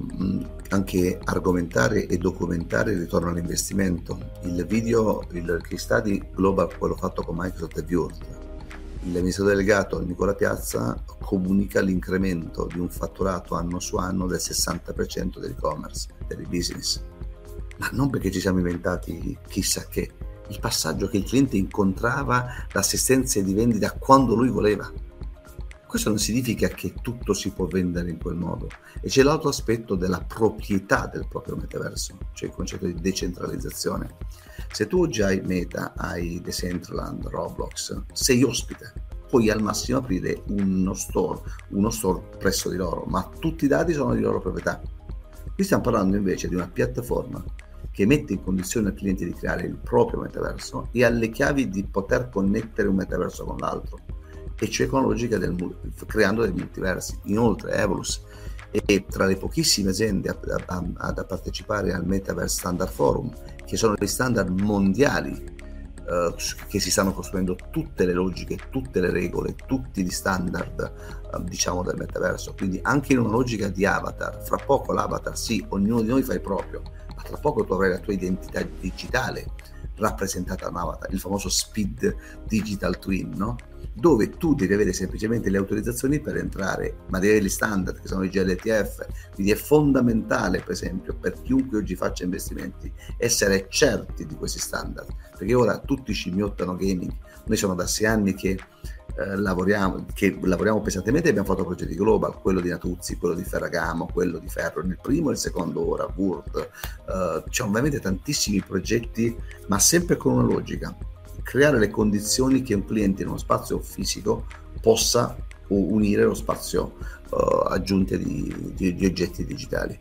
anche argomentare e documentare il ritorno all'investimento. Il video, il case study global, quello fatto con Microsoft e Word, il ministro delegato Nicola Piazza comunica l'incremento di un fatturato anno su anno del sessanta per cento dell'e-commerce, del business. Ma non perché ci siamo inventati chissà che, il passaggio che il cliente incontrava l'assistenza di vendita quando lui voleva. Questo non significa che tutto si può vendere in quel modo. E c'è l'altro aspetto della proprietà del proprio metaverso, cioè il concetto di decentralizzazione. Se tu oggi hai Meta, hai Decentraland, Roblox, sei ospite, puoi al massimo aprire uno store, uno store presso di loro, ma tutti i dati sono di loro proprietà. Qui stiamo parlando invece di una piattaforma che mette in condizione al cliente di creare il proprio metaverso e ha le chiavi di poter connettere un metaverso con l'altro, e cioè con la logica del creando dei multiversi. Inoltre Evolus è tra le pochissime aziende a, a, a, a partecipare al Metaverse Standard Forum, che sono gli standard mondiali uh, che si stanno costruendo tutte le logiche, tutte le regole, tutti gli standard uh, diciamo del metaverso. Quindi anche in una logica di avatar, fra poco l'avatar sì, ognuno di noi fa il proprio, ma tra poco tu avrai la tua identità digitale rappresentata da un avatar, il famoso speed digital twin, no? Dove tu devi avere semplicemente le autorizzazioni per entrare, ma devi avere gli standard che sono i G L T F. Quindi è fondamentale, per esempio, per chiunque oggi faccia investimenti, essere certi di questi standard, perché ora tutti scimmiottano gaming. Noi sono da sei anni che eh, lavoriamo che lavoriamo pesantemente e abbiamo fatto progetti global, quello di Natuzzi, quello di Ferragamo, quello di Ferro, il primo e il secondo ora, Word, eh, c'è ovviamente tantissimi progetti, ma sempre con una logica: creare le condizioni che un cliente in uno spazio fisico possa unire lo spazio uh, aggiunte di, di, di oggetti digitali.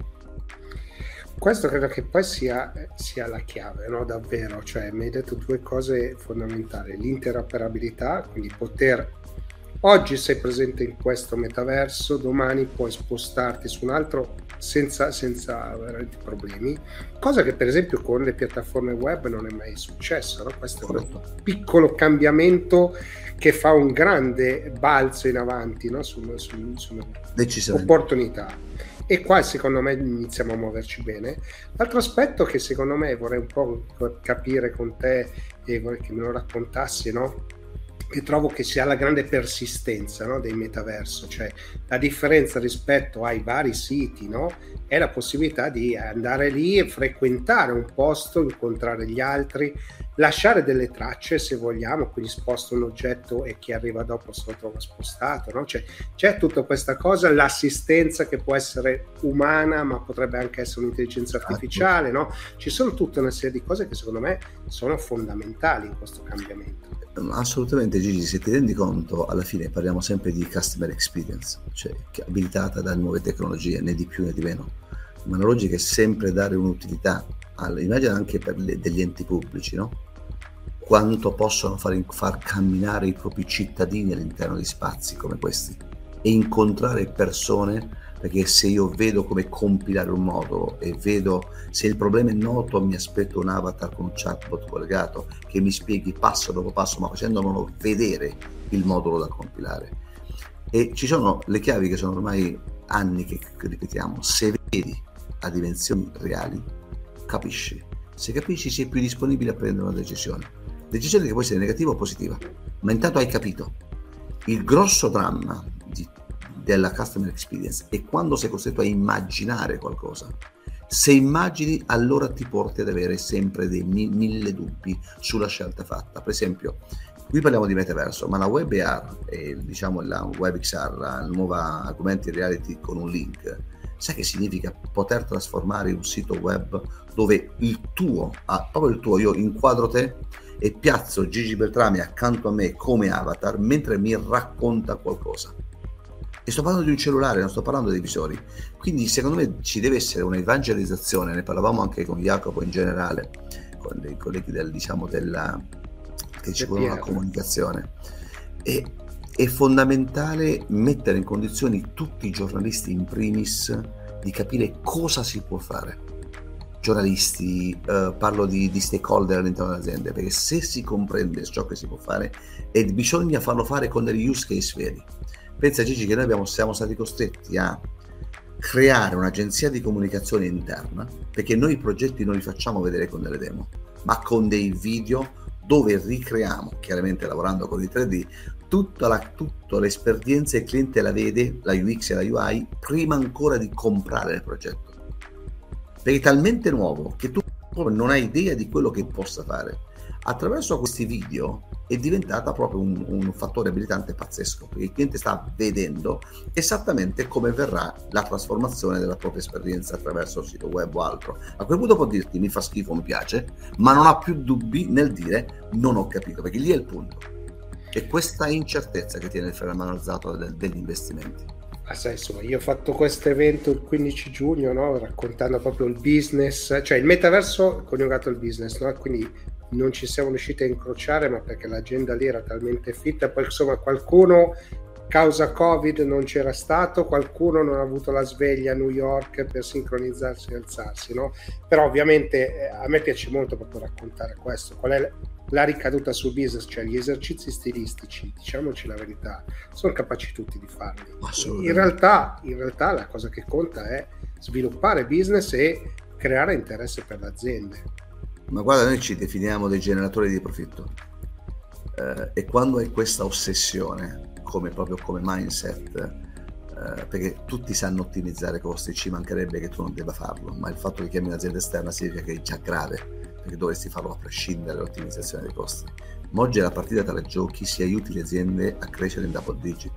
Questo credo che poi sia, sia la chiave, no? Davvero, cioè mi hai detto due cose fondamentali: l'interoperabilità, quindi poter, oggi sei presente in questo metaverso, domani puoi spostarti su un altro senza, senza veramente problemi, cosa che per esempio con le piattaforme web non è mai successo, no? Questo è un piccolo cambiamento che fa un grande balzo in avanti, no? Sulle su, su opportunità. e qua secondo me iniziamo a muoverci bene. L'altro aspetto che secondo me vorrei un po' capire con te e vorrei che me lo raccontassi, no? E trovo che sia la grande persistenza, no, dei metaverso, cioè la differenza rispetto ai vari siti, no, è la possibilità di andare lì e frequentare un posto, incontrare gli altri, lasciare delle tracce se vogliamo, quindi sposto un oggetto e chi arriva dopo se lo trova spostato, no? Cioè, c'è tutta questa cosa, l'assistenza che può essere umana ma potrebbe anche essere un'intelligenza artificiale, no? Ci sono tutta una serie di cose che secondo me sono fondamentali in questo cambiamento. Assolutamente Gigi, se ti rendi conto alla fine parliamo sempre di customer experience, cioè che è abilitata da nuove tecnologie, né di più né di meno, ma la logica è sempre dare un'utilità, alle, immagina anche per le, degli enti pubblici, no? Quanto possono far, far camminare i propri cittadini all'interno di spazi come questi e incontrare persone, perché se io vedo come compilare un modulo e vedo se il problema è noto, mi aspetto un avatar con un chatbot collegato che mi spieghi passo dopo passo, ma facendomelo vedere il modulo da compilare. E ci sono le chiavi che sono ormai anni che ripetiamo: se vedi a dimensioni reali capisci, se capisci sei più disponibile a prendere una decisione, decisione che può essere negativa o positiva, ma intanto hai capito. Il grosso dramma di della customer experience è quando sei costretto a immaginare qualcosa. Se immagini, allora ti porti ad avere sempre dei mi- mille dubbi sulla scelta fatta. Per esempio, qui parliamo di metaverso, ma la web A R e diciamo la web X R, la nuova augmented reality con un link, sai che significa poter trasformare un sito web dove il tuo, ah, proprio il tuo, io inquadro te e piazzo Gigi Beltrami accanto a me come avatar mentre mi racconta qualcosa. E sto parlando di un cellulare, non sto parlando dei visori. Quindi secondo me ci deve essere una evangelizzazione, ne parlavamo anche con Jacopo in generale, con dei colleghi del, diciamo, della, che ci vuole una comunicazione. E, è fondamentale mettere in condizioni tutti i giornalisti in primis di capire cosa si può fare. Giornalisti, eh, parlo di, di stakeholder all'interno delle aziende, perché se si comprende ciò che si può fare, e bisogna farlo fare con degli use case veri. Pensa Gigi che noi abbiamo, siamo stati costretti a creare un'agenzia di comunicazione interna, perché noi i progetti non li facciamo vedere con delle demo, ma con dei video dove ricreiamo, chiaramente lavorando con il tre D, tutta, la, tutta l'esperienza, il cliente la vede, la U X e la U I, prima ancora di comprare il progetto. Perché è talmente nuovo che tu non hai idea di quello che possa fare. Attraverso questi video è diventata proprio un, un fattore abilitante pazzesco, perché il cliente sta vedendo esattamente come verrà la trasformazione della propria esperienza attraverso il sito web o altro. A quel punto può dirti mi fa schifo, mi piace, ma non ha più dubbi nel dire non ho capito, perché lì è il punto. È questa incertezza che tiene il freno a mano alzato del, degli investimenti. Ah, sai, insomma, io ho fatto questo evento il quindici giugno, no? Raccontando proprio il business, cioè il metaverso coniugato al business, no? Quindi non ci siamo riusciti a incrociare, ma perché l'agenda lì era talmente fitta, poi insomma qualcuno causa Covid non c'era stato, qualcuno non ha avuto la sveglia a New York per sincronizzarsi e alzarsi, no? Però ovviamente eh, a me piace molto proprio raccontare questo, qual è la ricaduta sul business, cioè gli esercizi stilistici, diciamoci la verità, sono capaci tutti di farli. In realtà, in realtà la cosa che conta è sviluppare business e creare interesse per le aziende. Ma guarda, noi ci definiamo dei generatori di profitto, eh, e quando hai questa ossessione come proprio come mindset, eh, perché tutti sanno ottimizzare costi, ci mancherebbe che tu non debba farlo, ma il fatto che chiami un'azienda esterna significa che è già grave, perché dovresti farlo a prescindere dall'ottimizzazione dei costi. Ma oggi è la partita tra giochi, si aiuti le aziende a crescere in double digit,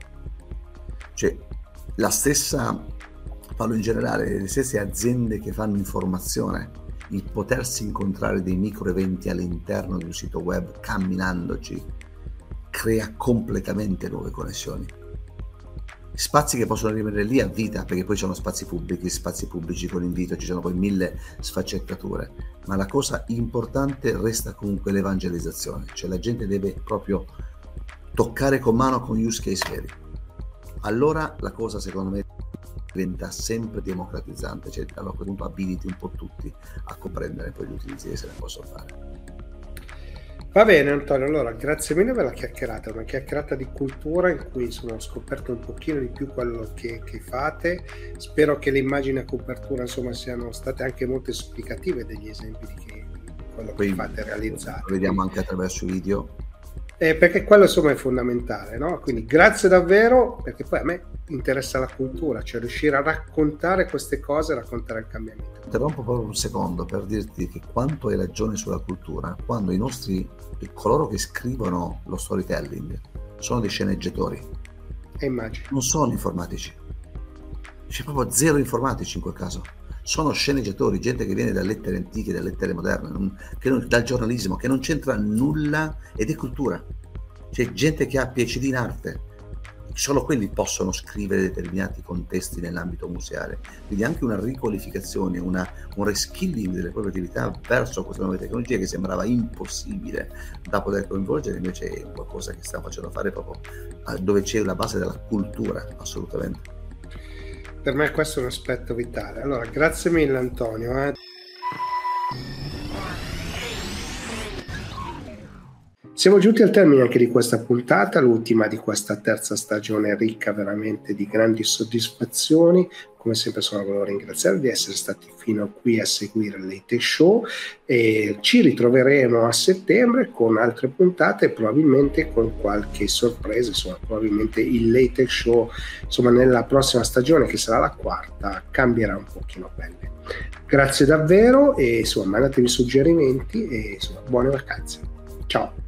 cioè la stessa, parlo in generale, le stesse aziende che fanno informazione, il potersi incontrare dei micro eventi all'interno di un sito web camminandoci crea completamente nuove connessioni, spazi che possono rimanere lì a vita, perché poi sono spazi pubblici, spazi pubblici con invito, ci sono poi mille sfaccettature, ma la cosa importante resta comunque l'evangelizzazione, cioè la gente deve proprio toccare con mano con use case veri. Allora la cosa secondo me diventa sempre democratizzante, cioè a quel punto abiliti un po' tutti a comprendere poi gli utilizzi che se ne possono fare. Va bene Antonio, allora grazie mille per la chiacchierata, una chiacchierata di cultura in cui insomma, ho scoperto un pochino di più quello che, che fate. Spero che le immagini a copertura insomma siano state anche molto esplicative degli esempi di che, quello Poi che fate realizzare. Lo vediamo anche attraverso i video. Eh, perché quello insomma è fondamentale, no? Quindi grazie davvero, perché poi a me interessa la cultura, cioè riuscire a raccontare queste cose, raccontare il cambiamento. Interrompo proprio un secondo per dirti che quanto hai ragione sulla cultura, quando i nostri, coloro che scrivono lo storytelling sono dei sceneggiatori, E immagino. non sono informatici, c'è proprio zero informatici in quel caso, sono sceneggiatori, gente che viene da lettere antiche, da lettere moderne, non, che non, dal giornalismo, che non c'entra nulla ed è cultura. C'è gente che ha P H D in arte, solo quelli possono scrivere determinati contesti nell'ambito museale, quindi anche una riqualificazione, una, un reskilling delle proprie attività verso queste nuove tecnologie che sembrava impossibile da poter coinvolgere, invece è qualcosa che stiamo facendo fare proprio dove c'è la base della cultura, assolutamente. Per me questo è un aspetto vitale. Allora, grazie mille Antonio. Eh. Siamo giunti al termine anche di questa puntata, l'ultima di questa terza stagione ricca veramente di grandi soddisfazioni. Come sempre sono volevo ringraziare di essere stati fino qui a seguire il Late Show e ci ritroveremo a settembre con altre puntate e probabilmente con qualche sorpresa, insomma probabilmente il Late Show insomma nella prossima stagione che sarà la quarta cambierà un pochino pelle. Grazie davvero e insomma mandatevi suggerimenti e insomma buone vacanze. Ciao.